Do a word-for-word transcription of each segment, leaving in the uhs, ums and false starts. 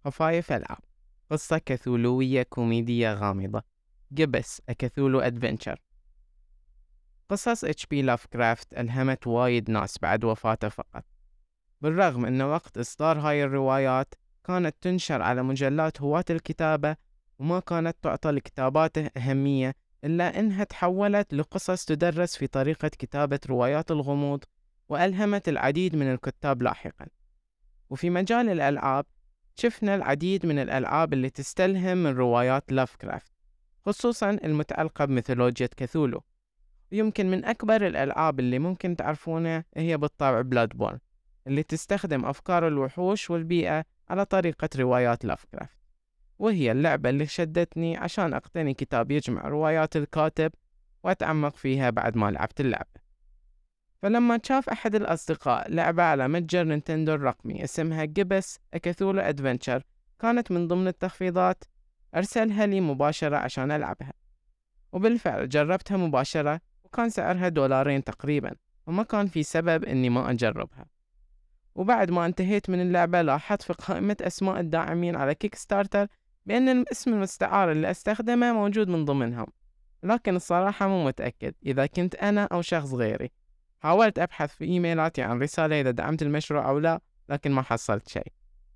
خفايف ألعاب، قصة كثولوية كوميدية غامضة. جيبس A Cthulhu Adventure. قصص اتش بي لافكرافت ألهمت وايد ناس بعد وفاته فقط، بالرغم أن وقت إصدار هاي الروايات كانت تنشر على مجلات هواة الكتابة، وما كانت تعطى لكتاباته أهمية، إلا أنها تحولت لقصص تدرس في طريقة كتابة روايات الغموض، وألهمت العديد من الكتاب لاحقا. وفي مجال الألعاب شفنا العديد من الألعاب اللي تستلهم من روايات لافكرافت، خصوصا المتعلقة بميثولوجيا كاثولو. ويمكن من أكبر الألعاب اللي ممكن تعرفونها هي بالطبع بلادبورن، اللي تستخدم أفكار الوحوش والبيئة على طريقة روايات لافكرافت، وهي اللعبة اللي شدتني عشان أقتني كتاب يجمع روايات الكاتب وأتعمق فيها بعد ما لعبت اللعبة. فلما شاف أحد الأصدقاء لعبة على متجر نينتندو الرقمي اسمها جيبس A Cthulhu Adventure كانت من ضمن التخفيضات، أرسلها لي مباشرة عشان ألعبها، وبالفعل جربتها مباشرة، وكان سعرها دولارين تقريبا، وما كان في سبب أني ما أجربها. وبعد ما انتهيت من اللعبة لاحظت في قائمة أسماء الداعمين على كيك ستارتر بأن الاسم المستعار اللي أستخدمه موجود من ضمنهم، لكن الصراحة مو متأكد إذا كنت أنا أو شخص غيري. حاولت أبحث في إيميلاتي عن رسالة إذا دعمت المشروع أو لا، لكن ما حصلت شيء.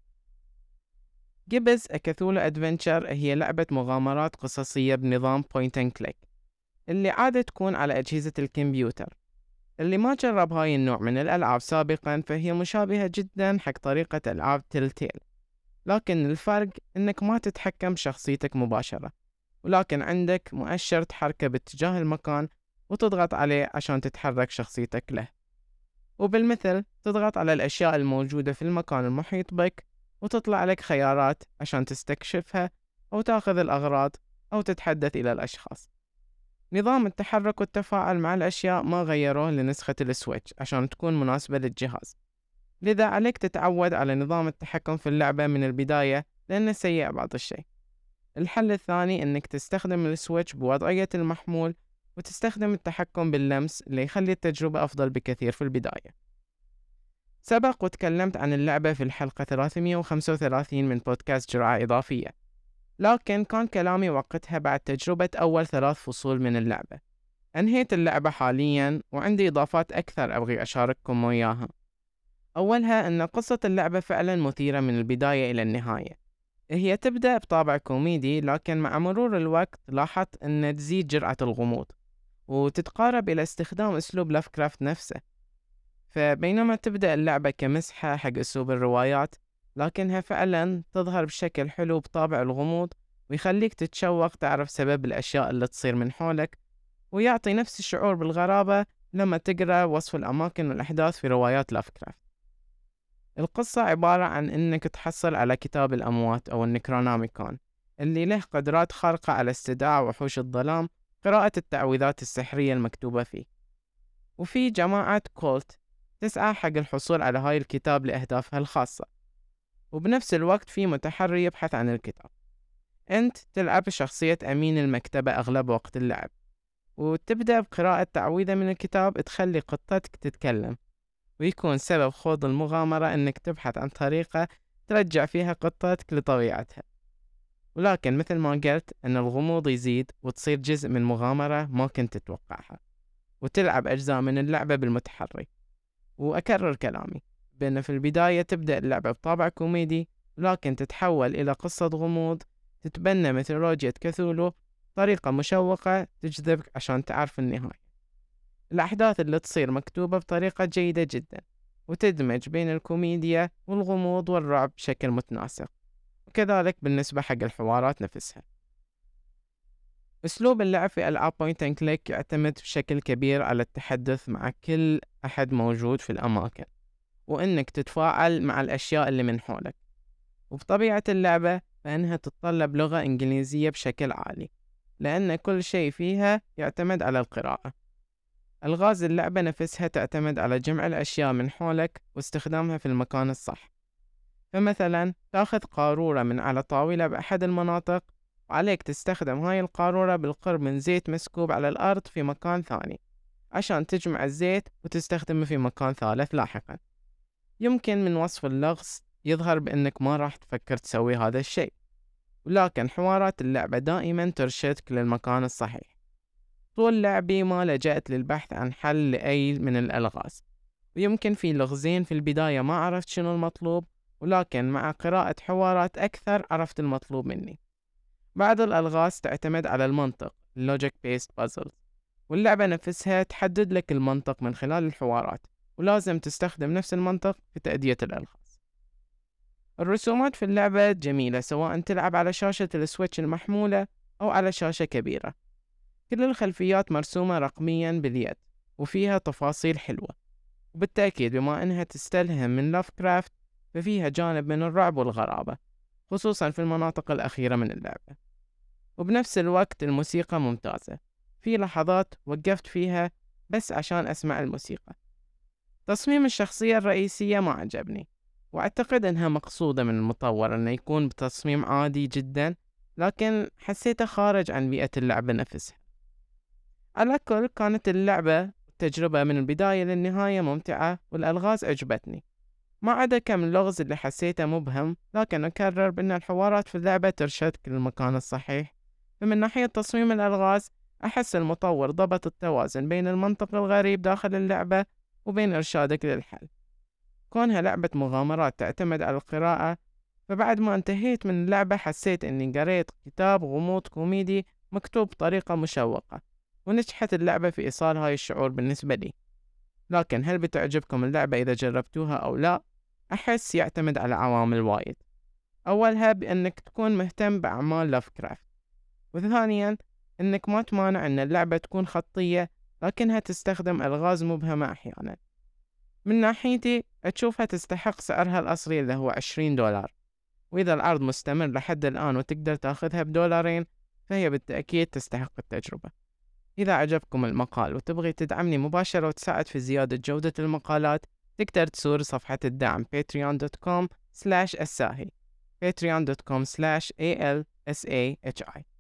جيبس A Cthulhu Adventure هي لعبة مغامرات قصصية بنظام point and click، اللي عادة تكون على أجهزة الكمبيوتر. اللي ما جرب هاي النوع من الألعاب سابقا فهي مشابهة جدا حق طريقة ألعاب تيلتيل، لكن الفرق إنك ما تتحكم بشخصيتك مباشرة، ولكن عندك مؤشر تحركه باتجاه المكان وتضغط عليه عشان تتحرك شخصيتك له. وبالمثل تضغط على الأشياء الموجودة في المكان المحيط بك وتطلع لك خيارات عشان تستكشفها أو تاخذ الأغراض أو تتحدث إلى الأشخاص. نظام التحرك والتفاعل مع الأشياء ما غيروه لنسخة السويتش عشان تكون مناسبة للجهاز، لذا عليك تتعود على نظام التحكم في اللعبة من البداية لأنه سيء بعض الشيء. الحل الثاني إنك تستخدم السويتش بوضعية المحمول وتستخدم التحكم باللمس اللي يخلي التجربة أفضل بكثير في البداية. سبق وتكلمت عن اللعبة في الحلقة ثلاثمئة وخمسة وثلاثين من بودكاست جرعة إضافية، لكن كان كلامي وقتها بعد تجربة أول ثلاث فصول من اللعبة. أنهيت اللعبة حاليا وعندي إضافات أكثر أبغي أشارككم وياها. أولها أن قصة اللعبة فعلا مثيرة من البداية إلى النهاية. هي تبدأ بطابع كوميدي، لكن مع مرور الوقت لاحظت أن تزيد جرعة الغموض وتتقارب إلى استخدام أسلوب لافكرافت نفسه. فبينما تبدأ اللعبة كمسحة حق أسلوب الروايات، لكنها فعلا تظهر بشكل حلو بطابع الغموض، ويخليك تتشوق تعرف سبب الأشياء اللي تصير من حولك، ويعطي نفس الشعور بالغرابة لما تقرأ وصف الأماكن والأحداث في روايات لافكرافت. القصة عبارة عن أنك تحصل على كتاب الأموات أو النكروناميكون، اللي له قدرات خارقة على استدعاء وحوش الظلام، قراءة التعويذات السحرية المكتوبة فيه. وفي جماعة كولت تسعى حق الحصول على هاي الكتاب لأهدافها الخاصة، وبنفس الوقت في متحري يبحث عن الكتاب. أنت تلعب شخصية أمين المكتبة أغلب وقت اللعب، وتبدأ بقراءة تعويذة من الكتاب تخلي قطتك تتكلم، ويكون سبب خوض المغامرة أنك تبحث عن طريقة ترجع فيها قطتك لطبيعتها. ولكن مثل ما قلت أن الغموض يزيد وتصير جزء من مغامرة ما كنت تتوقعها، وتلعب أجزاء من اللعبة بالمتحري. وأكرر كلامي بأن في البداية تبدأ اللعبة بطابع كوميدي، لكن تتحول إلى قصة غموض تتبنى ميثولوجيا كاثولو طريقة مشوقة تجذبك عشان تعرف النهاية. الأحداث اللي تصير مكتوبة بطريقة جيدة جدا، وتدمج بين الكوميديا والغموض والرعب بشكل متناسق، وكذلك بالنسبة حق الحوارات نفسها. أسلوب اللعب في ألعاب بوينت أند كليك يعتمد بشكل كبير على التحدث مع كل أحد موجود في الأماكن، وإنك تتفاعل مع الأشياء اللي من حولك. وبطبيعة اللعبة فإنها تتطلب لغة إنجليزية بشكل عالي، لأن كل شيء فيها يعتمد على القراءة. ألغاز اللعبة نفسها تعتمد على جمع الأشياء من حولك واستخدامها في المكان الصح. فمثلا تأخذ قارورة من على طاولة بأحد المناطق، وعليك تستخدم هاي القارورة بالقرب من زيت مسكوب على الأرض في مكان ثاني عشان تجمع الزيت وتستخدمه في مكان ثالث لاحقا. يمكن من وصف اللغز يظهر بأنك ما راح تفكر تسوي هذا الشيء، ولكن حوارات اللعبة دائما ترشدك للمكان الصحيح. طول لعبي ما لجأت للبحث عن حل لأي من الألغاز، ويمكن في لغزين في البداية ما عرفت شنو المطلوب، ولكن مع قراءة حوارات أكثر عرفت المطلوب مني. بعض الألغاز تعتمد على المنطق Logic Based Puzzles، واللعبة نفسها تحدد لك المنطق من خلال الحوارات، ولازم تستخدم نفس المنطق في تأدية الألغاز. الرسومات في اللعبة جميلة سواء تلعب على شاشة السويتش المحمولة أو على شاشة كبيرة. كل الخلفيات مرسومة رقميا باليد وفيها تفاصيل حلوة، وبالتأكيد بما أنها تستلهم من لافكرافت ففيها جانب من الرعب والغرابة، خصوصا في المناطق الأخيرة من اللعبة. وبنفس الوقت الموسيقى ممتازة، في لحظات وقفت فيها بس عشان أسمع الموسيقى. تصميم الشخصية الرئيسية ما عجبني، وأعتقد أنها مقصودة من المطور أنه يكون بتصميم عادي جدا، لكن حسيته خارج عن بيئة اللعبة نفسها. على كل كانت اللعبة تجربة من البداية للنهاية ممتعة، والألغاز عجبتني ما عدا كم لغز اللي حسيته مبهم، لكن أكرر بأن الحوارات في اللعبة ترشدك للمكان الصحيح. فمن ناحية تصميم الألغاز أحس المطور ضبط التوازن بين المنطق الغريب داخل اللعبة وبين إرشادك للحل. كونها لعبة مغامرات تعتمد على القراءة، فبعد ما انتهيت من اللعبة حسيت أني قريت كتاب غموض كوميدي مكتوب بطريقة مشوقة، ونجحت اللعبة في إيصال هاي الشعور بالنسبة لي. لكن هل بتعجبكم اللعبة إذا جربتوها أو لا؟ أحس يعتمد على عوامل وايد. أولها بأنك تكون مهتم بأعمال لافكرافت، وثانيا أنك ما تمانع أن اللعبة تكون خطية لكنها تستخدم ألغاز مبهمة أحيانا. من ناحيتي أشوفها تستحق سعرها الأصلي اللي هو عشرين دولار، وإذا العرض مستمر لحد الآن وتقدر تاخذها بدولارين فهي بالتأكيد تستحق التجربة. إذا عجبكم المقال وتبغي تدعمني مباشرة وتساعد في زيادة جودة المقالات، تقدر تزور صفحة الدعم patreon dot com slash الساهي patreon dot com slash A L S A H I.